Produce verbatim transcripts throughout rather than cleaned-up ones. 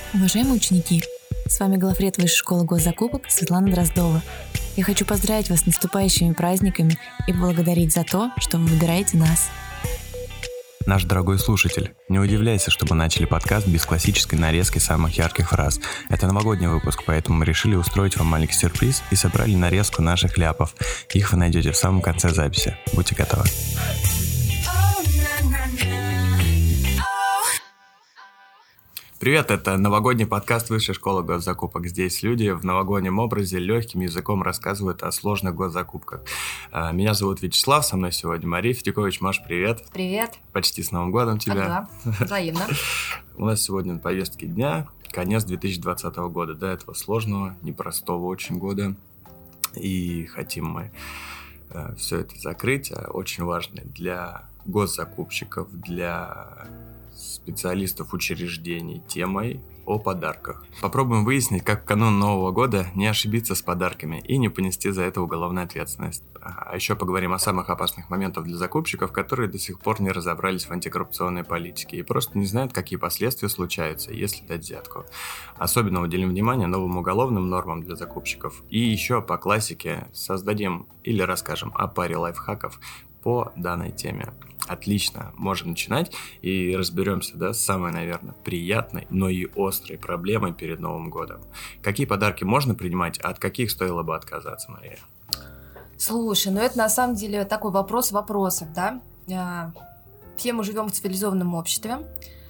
Уважаемые ученики, с вами главред Высшей школы госзакупок Светлана Дроздова. Я хочу поздравить вас с наступающими праздниками и поблагодарить за то, что вы выбираете нас. Наш дорогой слушатель, не удивляйся, что мы начали подкаст без классической нарезки самых ярких фраз. Это новогодний выпуск, поэтому мы решили устроить вам маленький сюрприз и собрали нарезку наших ляпов. Их вы найдете в самом конце записи. Будьте готовы. Привет, это новогодний подкаст Высшей школы госзакупок. Здесь люди в новогоднем образе легким языком рассказывают о сложных госзакупках. Меня зовут Вячеслав, со мной сегодня Мария Федякович. Маш, привет. Привет. Почти с Новым годом тебя. Ага, взаимно. У нас сегодня на повестке дня конец две тысячи двадцатого года, до этого сложного, непростого очень года. И хотим мы все это закрыть, очень важно для госзакупщиков, для специалистов учреждений темой о подарках. Попробуем выяснить, как в канун Нового года не ошибиться с подарками и не понести за это уголовную ответственность. А еще поговорим о самых опасных моментах для закупщиков, которые до сих пор не разобрались в антикоррупционной политике и просто не знают, какие последствия случаются, если дать взятку. Особенно уделим внимание новым уголовным нормам для закупщиков. И еще по классике создадим или расскажем о паре лайфхаков по данной теме. Отлично, можем начинать и разберемся, да, с самой, наверное, приятной, но и острой проблемой перед Новым годом. Какие подарки можно принимать, а от каких стоило бы отказаться, Мария? Слушай, ну это на самом деле такой вопрос вопросов, да? Все мы живем в цивилизованном обществе.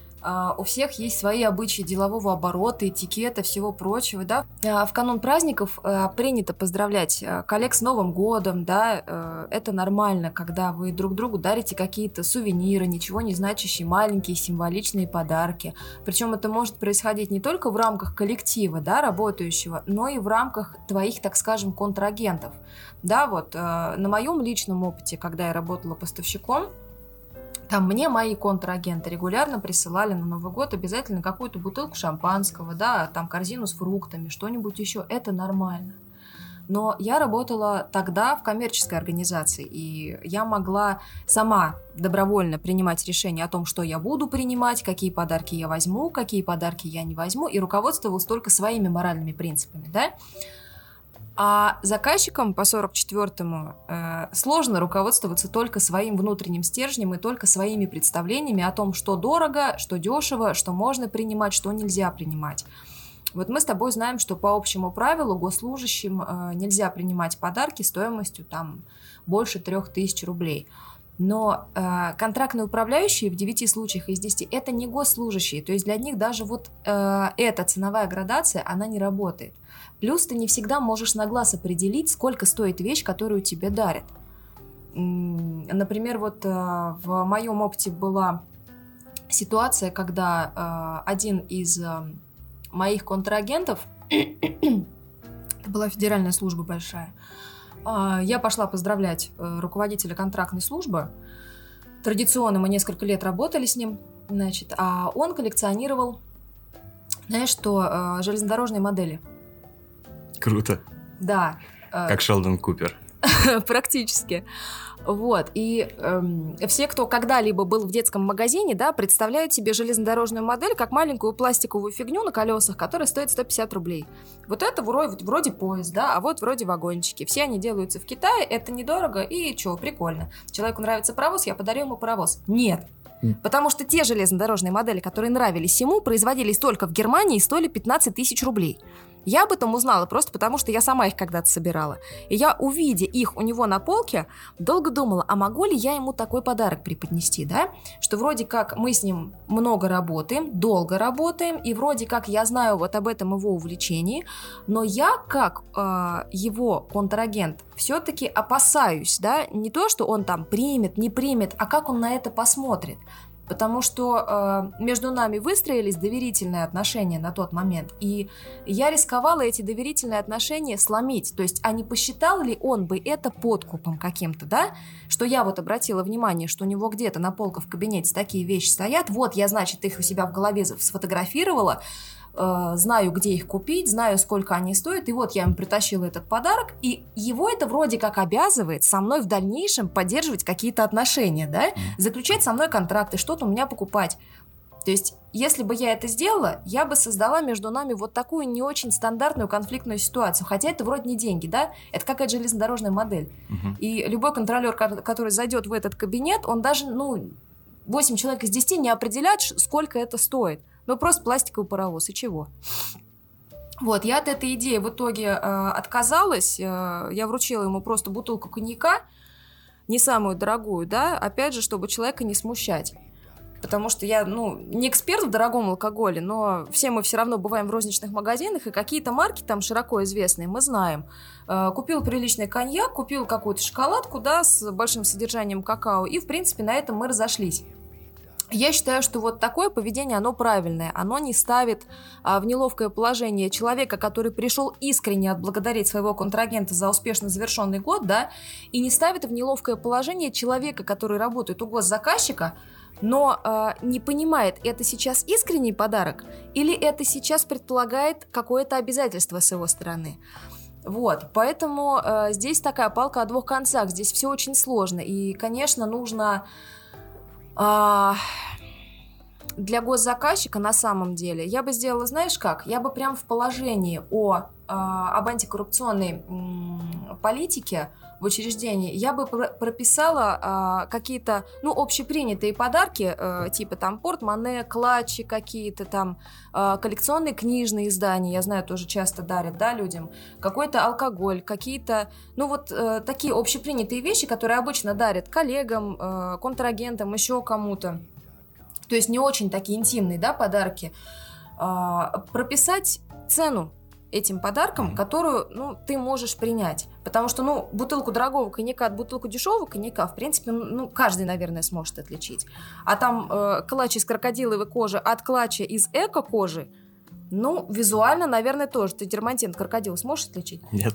У всех есть свои обычаи делового оборота, этикета, всего прочего, да. В канун праздников принято поздравлять коллег с Новым годом, да. Это нормально, когда вы друг другу дарите какие-то сувениры, ничего не значащие, маленькие символичные подарки. Причем это может происходить не только в рамках коллектива, да, работающего, но и в рамках твоих, так скажем, контрагентов. Да, вот на моем личном опыте, когда я работала поставщиком, там мне мои контрагенты регулярно присылали на Новый год обязательно какую-то бутылку шампанского, да, там корзину с фруктами, что-нибудь еще. Это нормально. Но я работала тогда в коммерческой организации, и я могла сама добровольно принимать решение о том, что я буду принимать, какие подарки я возьму, какие подарки я не возьму, и руководствовалась только своими моральными принципами, да. А заказчикам по сорок четвёртому э, сложно руководствоваться только своим внутренним стержнем и только своими представлениями о том, что дорого, что дешево, что можно принимать, что нельзя принимать. Вот мы с тобой знаем, что по общему правилу госслужащим э, нельзя принимать подарки стоимостью там больше трех тысяч рублей. Но э, контрактные управляющие в девяти случаях из десяти это не госслужащие, то есть для них даже вот э, эта ценовая градация, она не работает. Плюс ты не всегда можешь на глаз определить, сколько стоит вещь, которую тебе дарят. Например, вот э, в моем опыте была ситуация, когда э, один из э, моих контрагентов, это была федеральная служба большая, я пошла поздравлять руководителя контрактной службы. Традиционно мы несколько лет работали с ним, значит, а он коллекционировал, знаешь что, железнодорожные модели. Круто. Да. Как Шелдон Купер. Практически. Вот, и эм, все, кто когда-либо был в детском магазине, да, представляют себе железнодорожную модель как маленькую пластиковую фигню на колесах, которая стоит сто пятьдесят рублей. Вот это вроде, вроде поезд, да, а вот вроде вагончики. Все они делаются в Китае, это недорого и что, прикольно. Человеку нравится паровоз, я подарю ему паровоз. Нет. Потому что те железнодорожные модели, которые нравились ему, производились только в Германии и стоили пятнадцать тысяч рублей. Я об этом узнала просто потому, что я сама их когда-то собирала. И я, увидя их у него на полке, долго думала, а могу ли я ему такой подарок преподнести, да? Что вроде как мы с ним много работаем, долго работаем, и вроде как я знаю вот об этом его увлечении, но я, как э, его контрагент, все-таки опасаюсь, да, не то, что он там примет, не примет, а как он на это посмотрит. Потому что э, между нами выстроились доверительные отношения на тот момент, и я рисковала эти доверительные отношения сломить. То есть, а не посчитал ли он бы это подкупом каким-то, да? Что я вот обратила внимание, что у него где-то на полках в кабинете такие вещи стоят, вот я, значит, их у себя в голове сфотографировала, э, знаю, где их купить, знаю, сколько они стоят, и вот я ему притащила этот подарок, и его это вроде как обязывает со мной в дальнейшем поддерживать какие-то отношения, да, заключать со мной контракты, что-то у меня покупать. То есть, если бы я это сделала, я бы создала между нами вот такую не очень стандартную конфликтную ситуацию. Хотя это вроде не деньги, да? Это какая-то железнодорожная модель. Мгм. И любой контролер, ко- который зайдет в этот кабинет, он даже, ну, восемь человек из десяти не определят, ш- сколько это стоит. Ну, просто пластиковый паровоз, и чего? Вот, я от этой идеи в итоге э, отказалась. Э, я вручила ему просто бутылку коньяка, не самую дорогую, да, опять же, чтобы человека не смущать. Потому что я, ну, не эксперт в дорогом алкоголе, но все мы все равно бываем в розничных магазинах, и какие-то марки там широко известные мы знаем. Э, купил приличный коньяк, купил какую-то шоколадку, да, с большим содержанием какао, и, в принципе, на этом мы разошлись. Я считаю, что вот такое поведение, оно правильное. Оно не ставит а, в неловкое положение человека, который пришел искренне отблагодарить своего контрагента за успешно завершенный год, да, и не ставит в неловкое положение человека, который работает у госзаказчика, но а, не понимает, это сейчас искренний подарок или это сейчас предполагает какое-то обязательство с его стороны. Вот, поэтому а, здесь такая палка о двух концах, здесь все очень сложно. И, конечно, нужно... А, для госзаказчика на самом деле я бы сделала, знаешь как? Я бы прям в положении о, а, об антикоррупционной м, политике в учреждении я бы пр- прописала а, какие-то, ну, общепринятые подарки, а, типа там портмоне, клатчи какие-то там, а, коллекционные книжные издания, я знаю, тоже часто дарят, да, людям, какой-то алкоголь, какие-то, ну, вот а, такие общепринятые вещи, которые обычно дарят коллегам, а, контрагентам, еще кому-то. То есть не очень такие интимные, да, подарки, а, прописать цену этим подаркам, которую, ну, ты можешь принять. Потому что, ну, бутылку дорогого коньяка от бутылку дешевого коньяка, в принципе, ну, каждый, наверное, сможет отличить. А там э, клатч из крокодиловой кожи от клатча из эко-кожи, ну, визуально, наверное, тоже. Ты дермантин крокодил сможешь отличить? Нет.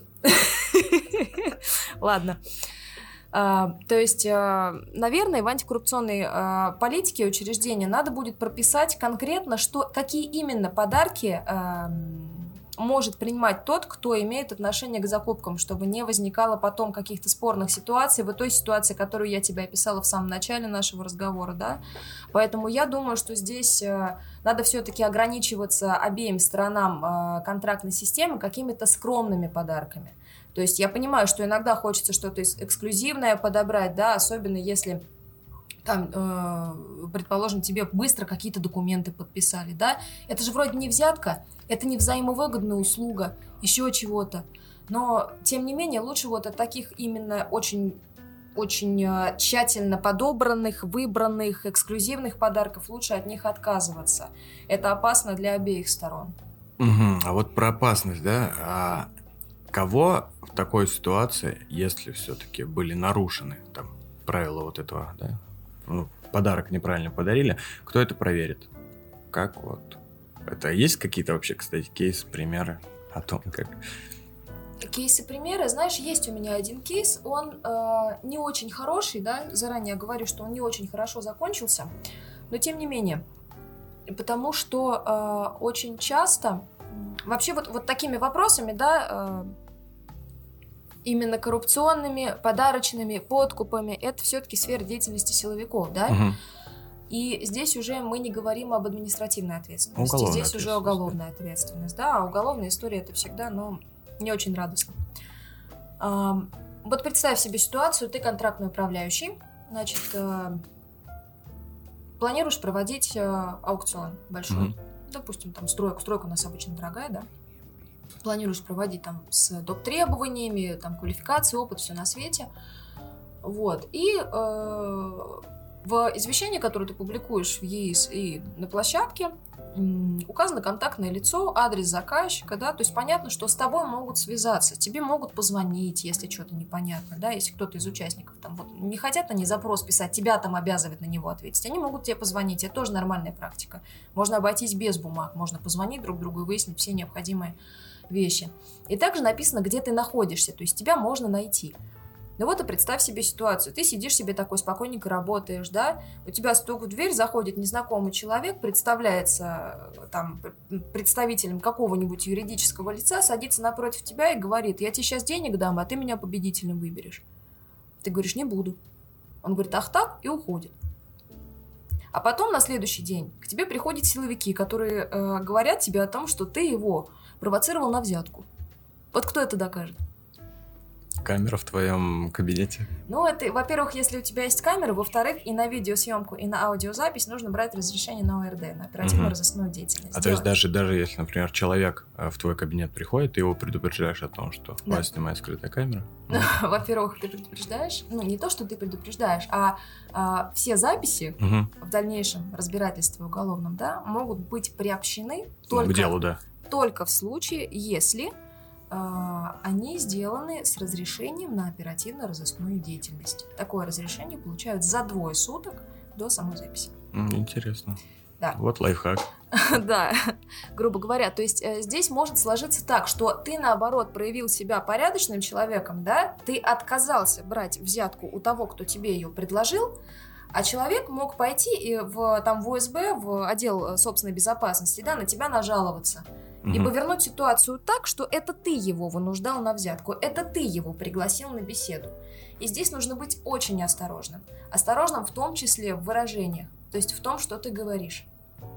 Ладно. А, то есть, а, наверное, в антикоррупционной а, политике учреждения надо будет прописать конкретно, что, какие именно подарки а, может принимать тот, кто имеет отношение к закупкам, чтобы не возникало потом каких-то спорных ситуаций, в той ситуации, которую я тебе описала в самом начале нашего разговора, да. Поэтому я думаю, что здесь а, надо все-таки ограничиваться обеим сторонам а, контрактной системы какими-то скромными подарками. То есть я понимаю, что иногда хочется что-то эксклюзивное подобрать, да, особенно если там, э, предположим, тебе быстро какие-то документы подписали, да. Это же вроде не взятка, это не взаимовыгодная услуга, еще чего-то. Но, тем не менее, лучше вот от таких именно очень, очень э, тщательно подобранных, выбранных, эксклюзивных подарков, лучше от них отказываться. Это опасно для обеих сторон. Мгм. А вот про опасность, да? А кого в такой ситуации, если все-таки были нарушены там правила вот этого, да, ну, подарок неправильно подарили, кто это проверит? Как вот? Это есть какие-то вообще, кстати, кейсы, примеры о том, как... Кейсы, примеры, знаешь, есть у меня один кейс, он э, не очень хороший, да, заранее говорю, что он не очень хорошо закончился, но тем не менее, потому что э, очень часто, вообще вот, вот такими вопросами, да, э, именно коррупционными, подарочными, подкупами, это все-таки сфера деятельности силовиков, да, Мгм. и здесь уже мы не говорим об административной ответственности, Уголовная здесь уже ответственность, уголовная ответственность, да, а уголовная история это всегда, ну, не очень радостно. А, вот представь себе ситуацию, ты контрактный управляющий, значит, э, планируешь проводить э, аукцион большой, Мгм. допустим, там стройка, стройка у нас обычно дорогая, да, планируешь проводить там с доп. Требованиями, там квалификация, опыт, все на свете, вот, и э, в извещении, которое ты публикуешь в ЕИС и на площадке, м, указано контактное лицо, адрес заказчика, да, то есть понятно, что с тобой могут связаться, тебе могут позвонить, если что-то непонятно, да, если кто-то из участников там вот не хотят они запрос писать, тебя там обязывать на него ответить, они могут тебе позвонить, это тоже нормальная практика. Можно обойтись без бумаг, можно позвонить друг другу и выяснить все необходимые вещи. И также написано, где ты находишься, то есть тебя можно найти. Ну вот и представь себе ситуацию. Ты сидишь себе такой спокойненько работаешь, да? У тебя стук в дверь, заходит незнакомый человек, представляется там представителем какого-нибудь юридического лица, садится напротив тебя и говорит: я тебе сейчас денег дам, а ты меня победителем выберешь. Ты говоришь: не буду. Он говорит: ах так, и уходит. А потом на следующий день к тебе приходят силовики, которые э, говорят тебе о том, что ты его провоцировал на взятку. Вот кто это докажет? Камера в твоем кабинете. Ну, это, во-первых, если у тебя есть камера, во-вторых, и на видеосъемку, и на аудиозапись нужно брать разрешение на О Р Д, на оперативно-розыскную деятельность. А то есть даже, даже если, например, человек в твой кабинет приходит, ты его предупреждаешь о том, что Да. вас снимает скрытая камера? Во-первых, ты предупреждаешь, ну, не то, что ты предупреждаешь, а, а все записи Угу. в дальнейшем разбирательстве уголовном, да, могут быть приобщены К только, делу, да. только в случае, если а, они сделаны с разрешением на оперативно-розыскную деятельность. Такое разрешение получают за двое суток до самой записи. М, Интересно. Да. Вот лайфхак. Да, грубо говоря. То есть э, здесь может сложиться так, что ты, наоборот, проявил себя порядочным человеком, да, ты отказался брать взятку у того, кто тебе ее предложил, а человек мог пойти и в, там, в О С Б, в отдел э, собственной безопасности, да, на тебя нажаловаться. И Мгм. повернуть ситуацию так, что это ты его вынуждал на взятку, это ты его пригласил на беседу. И здесь нужно быть очень осторожным. Осторожным в том числе в выражениях, то есть в том, что ты говоришь.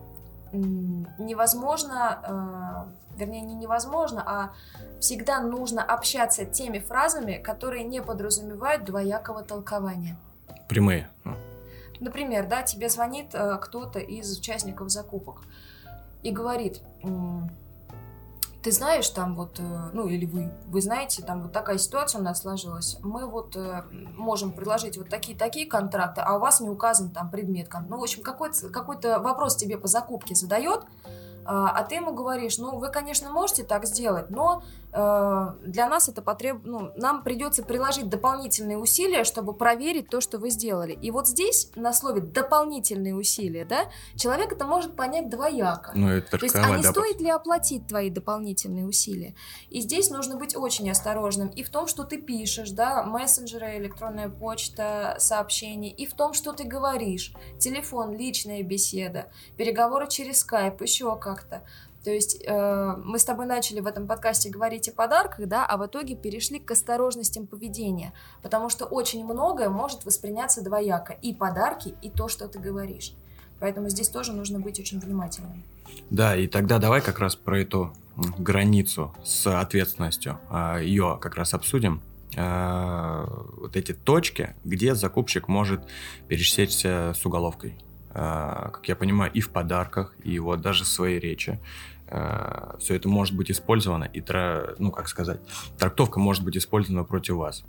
М, Невозможно, э, вернее, не невозможно, а всегда нужно общаться теми фразами, которые не подразумевают двоякого толкования. Прямые. Ну, Например, да, тебе звонит э, кто-то из участников закупок и говорит: м, ты знаешь, там вот, э, ну или вы, вы знаете, там вот такая ситуация у нас сложилась, мы вот э, можем предложить вот такие-такие контракты, а у вас не указан там предмет. кон- Ну, в общем, какой-то, какой-то вопрос тебе по закупке задает, а а ты ему говоришь: ну, вы, конечно, можете так сделать, но э, для нас это потреб... ну, нам придется приложить дополнительные усилия, чтобы проверить то, что вы сделали. И вот здесь, на слове «дополнительные усилия», да, человек это может понять двояко. ну это То есть, а трактовать, не да, стоит ли оплатить твои дополнительные усилия? И здесь нужно быть очень осторожным и в том, что ты пишешь, да, мессенджеры, электронная почта, сообщения, и в том, что ты говоришь. Телефон, личная беседа, переговоры через скайп, еще как-то. То есть э, мы с тобой начали в этом подкасте говорить о подарках, да, а в итоге перешли к осторожностям поведения, потому что очень многое может восприняться двояко, и подарки, и то, что ты говоришь. Поэтому здесь тоже нужно быть очень внимательным. Да, и тогда давай как раз про эту м, границу с ответственностью а, ее как раз обсудим. А, Вот эти точки, где закупщик может пересечься с уголовкой. А, Как я понимаю, и в подарках, и вот даже в своей речи. Все это может быть использовано, и, тра- ну, как сказать, трактовка может быть использована против вас.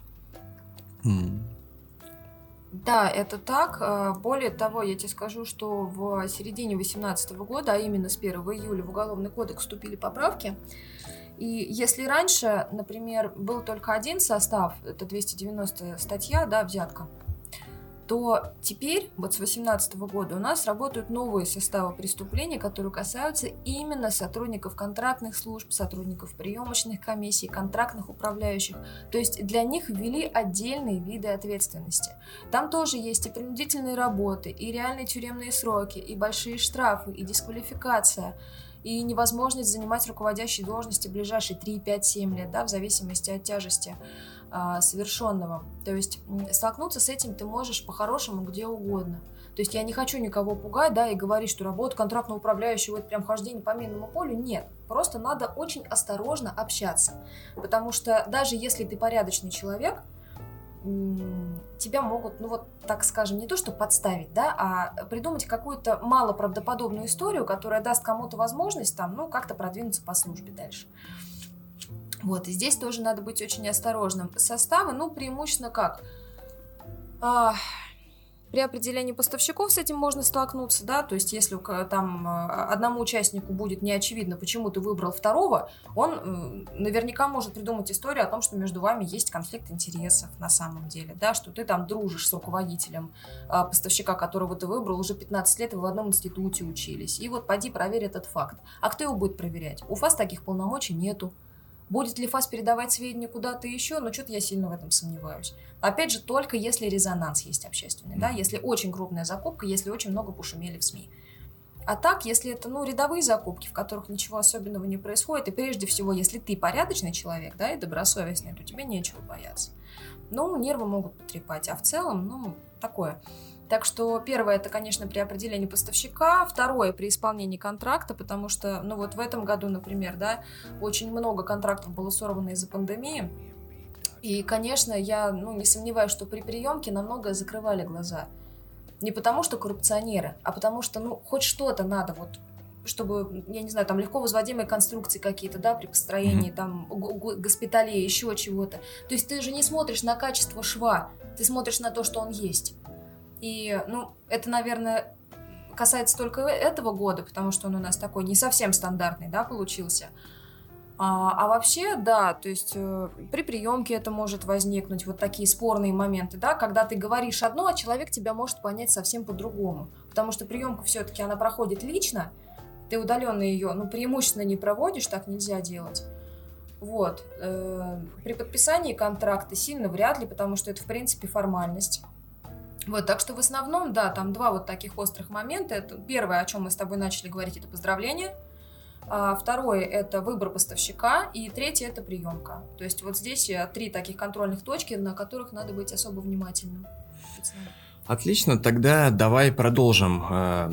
М. Да, это так. Э, Более того, я тебе скажу, что в середине две тысячи восемнадцатого года, а именно с первого июля, в Уголовный кодекс вступили поправки. И если раньше, например, был только один состав, это двести девяностая статья, да, взятка, то теперь, вот с две тысячи восемнадцатого года, у нас работают новые составы преступлений, которые касаются именно сотрудников контрактных служб, сотрудников приемочных комиссий, контрактных управляющих. То есть для них ввели отдельные виды ответственности. Там тоже есть и принудительные работы, и реальные тюремные сроки, и большие штрафы, и дисквалификация, и невозможность занимать руководящие должности в ближайшие три, пять, семь лет, да, в зависимости от тяжести а, совершенного. То есть м, столкнуться с этим ты можешь по-хорошему где угодно. То есть я не хочу никого пугать, да, и говорить, что работа контрактного управляющего — это прям хождение по минному полю. Нет, просто надо очень осторожно общаться, потому что даже если ты порядочный человек, м, тебя могут, ну вот так скажем, не то что подставить, да, а придумать какую-то малоправдоподобную историю, которая даст кому-то возможность там, ну, как-то продвинуться по службе дальше. Вот, и здесь тоже надо быть очень осторожным. Составы, ну, преимущественно как? А, при определении поставщиков с этим можно столкнуться, да, то есть если у ко- там а, одному участнику будет неочевидно, почему ты выбрал второго, он м, наверняка может придумать историю о том, что между вами есть конфликт интересов на самом деле, да, что ты там дружишь с руководителем а, поставщика, которого ты выбрал, уже пятнадцать лет, вы в одном институте учились, и вот пойди проверь этот факт. А кто его будет проверять? У ФАС таких полномочий нету. Будет ли ФАС передавать сведения куда-то еще? Но что-то я сильно в этом сомневаюсь. Опять же, только если резонанс есть общественный, да, если очень крупная закупка, если очень много пошумели в СМИ. А так, если это, ну, рядовые закупки, в которых ничего особенного не происходит, и прежде всего, если ты порядочный человек, да, и добросовестный, то тебе нечего бояться. Ну, нервы могут потрепать, а в целом, ну, такое. Так что первое, это, конечно, при определении поставщика, второе, при исполнении контракта, потому что, ну вот в этом году, например, да, очень много контрактов было сорвано из-за пандемии, и, конечно, я, ну, не сомневаюсь, что при приемке на многое закрывали глаза. Не потому что коррупционеры, а потому что, ну, хоть что-то надо, вот, чтобы, я не знаю, там легко возводимые конструкции какие-то, да, при построении, mm-hmm. там, госпиталей, еще чего-то. То есть ты же не смотришь на качество шва, ты смотришь на то, что он есть. И, ну, это, наверное, касается только этого года, потому что он у нас такой не совсем стандартный, да, получился. А, а вообще, да, то есть э, при приемке это может возникнуть, вот такие спорные моменты, да, когда ты говоришь одно, а человек тебя может понять совсем по-другому. Потому что приемка все-таки, она проходит лично, ты удаленно ее, ну, преимущественно не проводишь, так нельзя делать. Вот. Э, при подписании контракта сильно вряд ли, потому что это, в принципе, формальность. Вот, так что в основном, да, там два вот таких острых момента. Это первое, о чем мы с тобой начали говорить, это поздравление. А второе, это выбор поставщика. И третье, это приемка. То есть вот здесь три таких контрольных точки, на которых надо быть особо внимательным. Отлично, тогда давай продолжим э,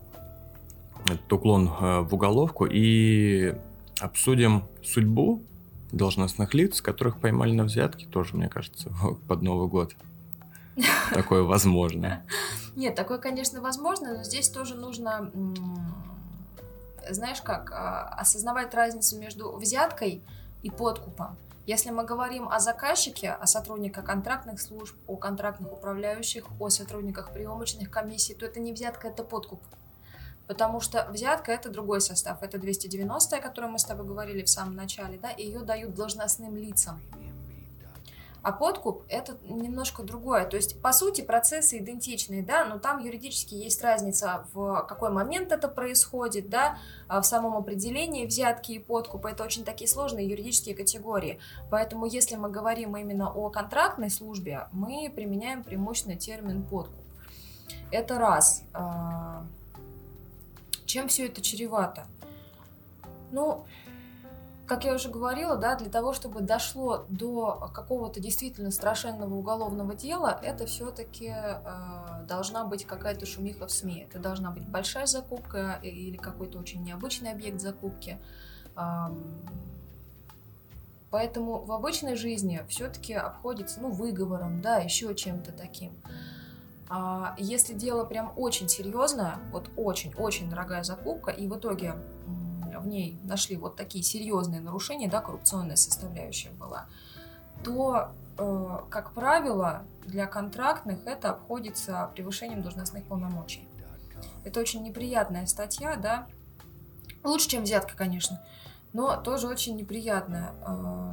этот уклон э, в уголовку и обсудим судьбу должностных лиц, которых поймали на взятки, тоже, мне кажется, под Новый год. Такое возможно. Нет, такое, конечно, возможно, но здесь тоже нужно, знаешь как, осознавать разницу между взяткой и подкупом. Если мы говорим о заказчике, о сотрудниках контрактных служб, о контрактных управляющих, о сотрудниках приемочных комиссий, то это не взятка, это подкуп. Потому что взятка – это другой состав, это двести девяностая, о которой мы с тобой говорили в самом начале, да, и ее дают должностным лицам. А подкуп – это немножко другое. То есть, по сути, процессы идентичные, да, но там юридически есть разница, в какой момент это происходит, да, в самом определении взятки и подкупа. Это очень такие сложные юридические категории. Поэтому, если мы говорим именно о контрактной службе, мы применяем преимущественно термин подкуп. Это раз. Чем все это чревато? Ну... Как я уже говорила, да, для того, чтобы дошло до какого-то действительно страшенного уголовного дела, это все-таки э, должна быть какая-то шумиха в СМИ. Это должна быть большая закупка или какой-то очень необычный объект закупки. Э, поэтому в обычной жизни все-таки обходится, ну, выговором, да, еще чем-то таким. А если дело прям очень серьезное, вот очень-очень дорогая закупка, и в итоге в ней нашли вот такие серьезные нарушения, да, коррупционная составляющая была, то, э, как правило, для контрактных это обходится превышением должностных полномочий. Это очень неприятная статья, да, лучше, чем взятка, конечно, но тоже очень неприятная. Э,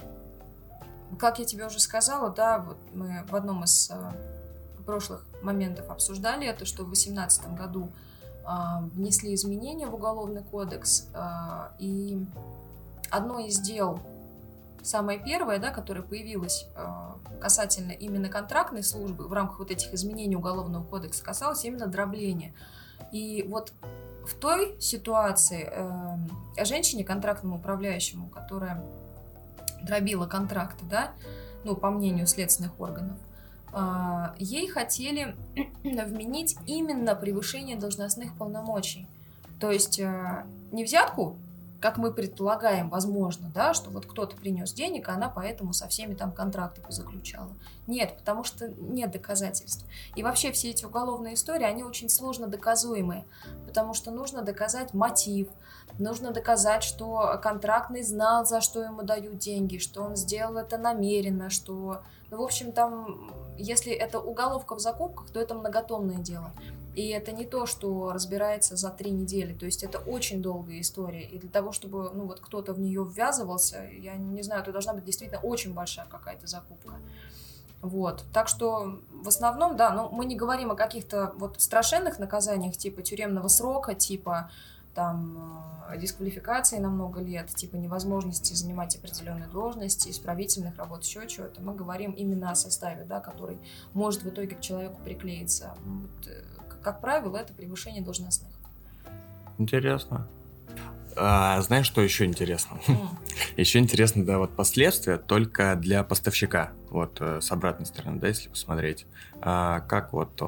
как я тебе уже сказала, да, вот мы в одном из э, прошлых моментов обсуждали это, что в две тысячи восемнадцатом году внесли изменения в Уголовный кодекс, и одно из дел, самое первое, да, которое появилось касательно именно контрактной службы в рамках вот этих изменений Уголовного кодекса, касалось именно дробления. И вот в той ситуации женщине, контрактному управляющему, которая дробила контракты, да, ну, по мнению следственных органов, ей хотели вменить именно превышение должностных полномочий. То есть не взятку, как мы предполагаем, возможно, да, что вот кто-то принес денег, а она поэтому со всеми там контракты позаключала. Нет, потому что нет доказательств. И вообще все эти уголовные истории, они очень сложно доказуемые, потому что нужно доказать мотив, нужно доказать, что контрактный знал, за что ему дают деньги, что он сделал это намеренно, что... Ну, в общем, там, если это уголовка в закупках, то это многотомное дело. И это не то, что разбирается за три недели. То есть это очень долгая история. И для того, чтобы, ну, вот кто-то в нее ввязывался, я не знаю, это должна быть действительно очень большая какая-то закупка. Вот. Так что в основном, да, ну, мы не говорим о каких-то вот страшенных наказаниях типа тюремного срока, типа там дисквалификации на много лет, типа невозможности занимать определенные должности, исправительных работ, еще чего-то. Мы говорим именно о составе, да, который может в итоге к человеку приклеиться. Вот, как правило, это превышение должностных. Интересно. А, знаешь, что еще интересно? Mm. Еще интересно, да, вот последствия только для поставщика, вот с обратной стороны, да, если посмотреть, а, как вот он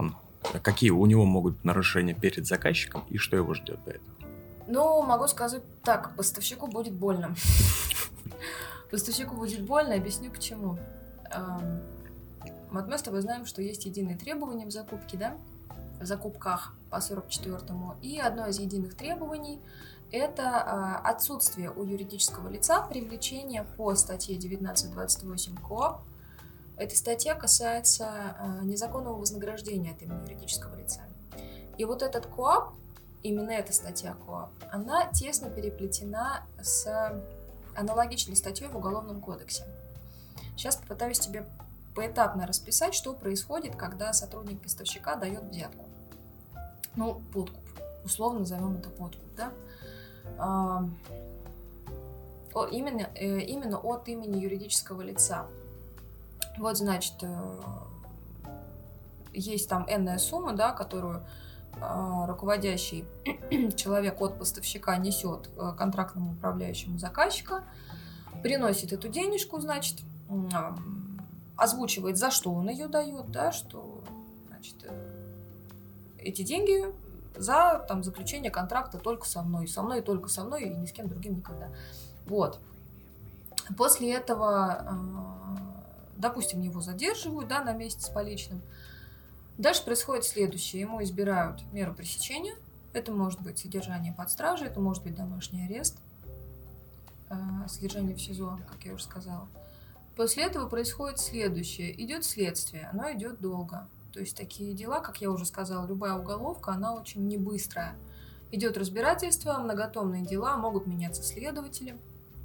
какие у него могут быть нарушения перед заказчиком и что его ждет до этого? Ну, могу сказать так, поставщику будет больно. Поставщику будет больно, объясню почему. Вот мы с тобой знаем, что есть единые требования в закупке, да? В закупках по сорок четвёртому. И одно из единых требований – это отсутствие у юридического лица привлечения по статье девятнадцать двадцать восемь КоАП. Эта статья касается незаконного вознаграждения от имени юридического лица. И вот этот КоАП, именно эта статья КоАП, она тесно переплетена с аналогичной статьей в Уголовном кодексе. Сейчас попытаюсь тебе поэтапно расписать, что происходит, когда сотрудник поставщика дает взятку. Ну, подкуп. Условно назовем это подкуп, да? А, о, именно, э, именно от имени юридического лица. Вот, значит, э, есть там энная сумма, да, которую э, руководящий человек от поставщика несет э, контрактному управляющему заказчика, приносит эту денежку, значит, э, озвучивает, за что он ее дает, да, что, значит, эти деньги за там, заключение контракта только со мной, со мной и только со мной, и ни с кем другим никогда. Вот. После этого, допустим, его задерживают, да, на месте с поличным. Дальше происходит следующее. Ему избирают меру пресечения. Это может быть содержание под стражей, это может быть домашний арест, содержание в СИЗО, как я уже сказала. После этого происходит следующее. Идет следствие, оно идет долго. То есть такие дела, как я уже сказала, любая уголовка, она очень не быстрая. Идет разбирательство, многотомные дела, могут меняться следователи.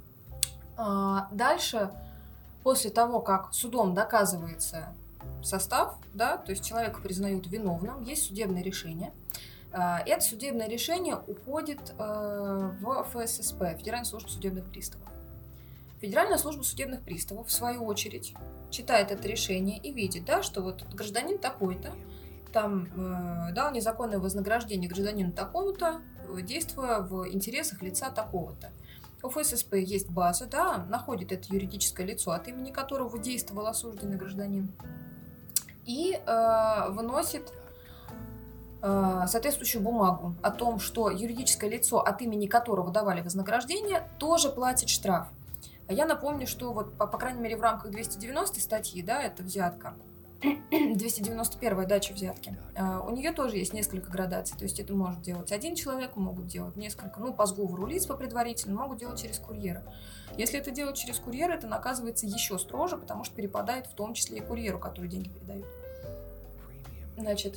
Дальше, после того, как судом доказывается состав, да, то есть человека признают виновным, есть судебное решение. Это судебное решение уходит в ФССП, Федеральную службу судебных приставов. Федеральная служба судебных приставов, в свою очередь, читает это решение и видит, да, что вот гражданин такой-то, там э, дал незаконное вознаграждение гражданину такому-то, действуя в интересах лица такого-то. У ФССП есть база, да, находит это юридическое лицо, от имени которого действовал осужденный гражданин, и э, выносит э, соответствующую бумагу о том, что юридическое лицо, от имени которого давали вознаграждение, тоже платит штраф. Я напомню, что вот, по, по крайней мере, в рамках двести девяностой статьи, да, это взятка, двести девяносто первая дача взятки, у нее тоже есть несколько градаций, то есть это может делать один человек, могут делать несколько, ну, по сговору лиц по предварительному, могут делать через курьера. Если это делать через курьера, это наказывается еще строже, потому что перепадает в том числе и курьеру, который деньги передает. Значит,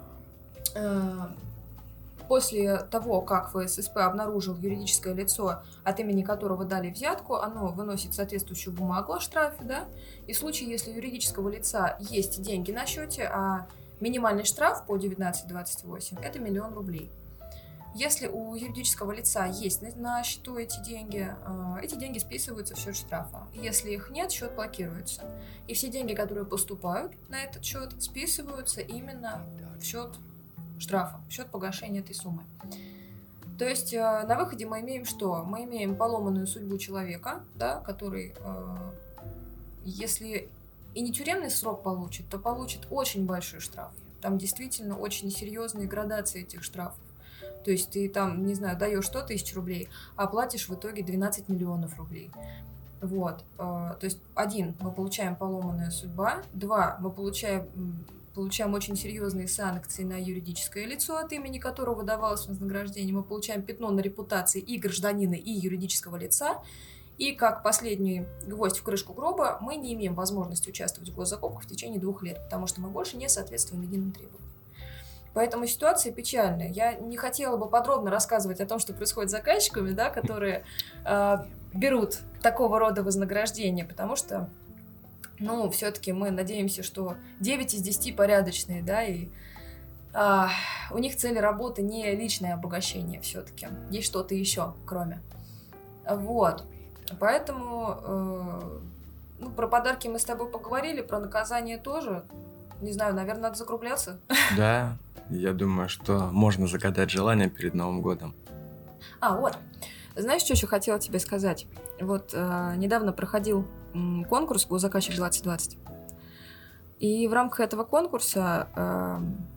после того, как ФССП обнаружил юридическое лицо, от имени которого дали взятку, оно выносит соответствующую бумагу о штрафе, да, и в случае, если у юридического лица есть деньги на счете, а минимальный штраф по девятнадцать двадцать восемь – это миллион рублей. Если у юридического лица есть на счету эти деньги, эти деньги списываются в счет штрафа. Если их нет, счет блокируется. И все деньги, которые поступают на этот счет, списываются именно в счет штрафа, в счет погашения этой суммы. То есть э, на выходе мы имеем что? Мы имеем поломанную судьбу человека, да, который, э, если и не тюремный срок получит, то получит очень большой штраф. Там действительно очень серьезные градации этих штрафов. То есть ты там, не знаю, даешь сто тысяч рублей, а платишь в итоге двенадцать миллионов рублей. Вот. Э, то есть, один, мы получаем поломанная судьба, два, мы получаем... получаем очень серьезные санкции на юридическое лицо, от имени которого давалось вознаграждение. Мы получаем пятно на репутации и гражданина, и юридического лица. И как последний гвоздь в крышку гроба, мы не имеем возможности участвовать в госзакупках в течение двух лет, потому что мы больше не соответствуем единым требованиям. Поэтому ситуация печальная. Я не хотела бы подробно рассказывать о том, что происходит с заказчиками, да, которые э, берут такого рода вознаграждения, потому что ну, все-таки мы надеемся, что девять из десяти порядочные, да, и а, у них цель работы не личное обогащение все-таки. Есть что-то еще, кроме. Вот. Поэтому, э, ну, про подарки мы с тобой поговорили, про наказание тоже. Не знаю, наверное, надо закругляться. Да, я думаю, что можно загадать желание перед Новым годом. А, вот. Знаешь, что еще хотела тебе сказать? Вот э, недавно проходил м, конкурс «Госзаказчик двадцать двадцать». И в рамках этого конкурса э,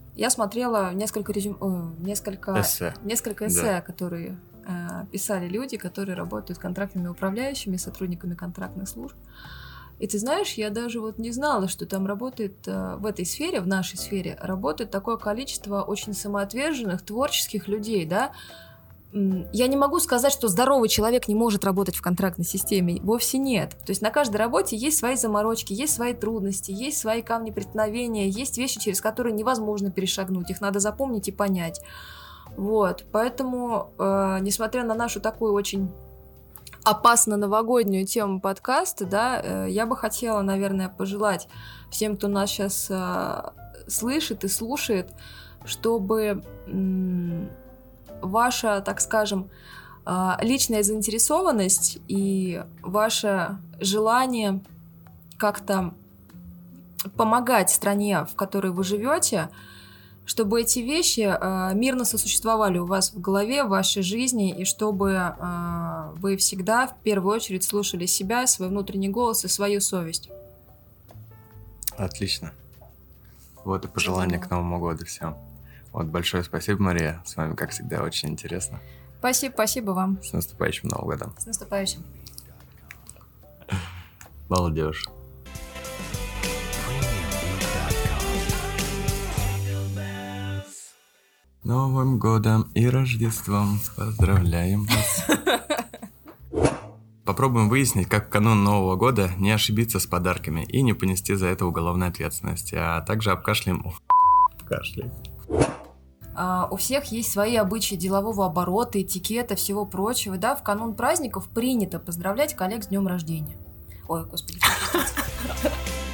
Я смотрела несколько, резюм... О, несколько... Эссе. несколько эссе, да. которые э, писали люди, которые работают контрактными управляющими, сотрудниками контрактных служб. И ты знаешь, я даже вот не знала, что там работает э, в этой сфере, в нашей сфере, работает такое количество очень самоотверженных, творческих людей, да. Я не могу сказать, что здоровый человек не может работать в контрактной системе. Вовсе нет. То есть на каждой работе есть свои заморочки, есть свои трудности, есть свои камни преткновения, есть вещи, через которые невозможно перешагнуть. Их надо запомнить и понять. Вот. Поэтому, э, несмотря на нашу такую очень опасно новогоднюю тему подкаста, да, э, я бы хотела, наверное, пожелать всем, кто нас сейчас э, слышит и слушает, чтобы... М- ваша, так скажем, личная заинтересованность и ваше желание как-то помогать стране, в которой вы живете, чтобы эти вещи мирно сосуществовали у вас в голове, в вашей жизни, и чтобы вы всегда в первую очередь слушали себя, свой внутренний голос и свою совесть. Отлично. Вот и пожелания к Новому году всем. Вот, большое спасибо, Мария. С вами, как всегда, очень интересно. Спасибо, спасибо вам. С наступающим Новым годом. С наступающим. Молодежь. Новым годом и Рождеством поздравляем вас. Попробуем выяснить, как в канун Нового года не ошибиться с подарками и не понести за это уголовной ответственности, а также обкашляем... Кашляем. Uh, у всех есть свои обычаи делового оборота, этикета, всего прочего, да, в канун праздников принято поздравлять коллег с днем рождения. Ой, господи,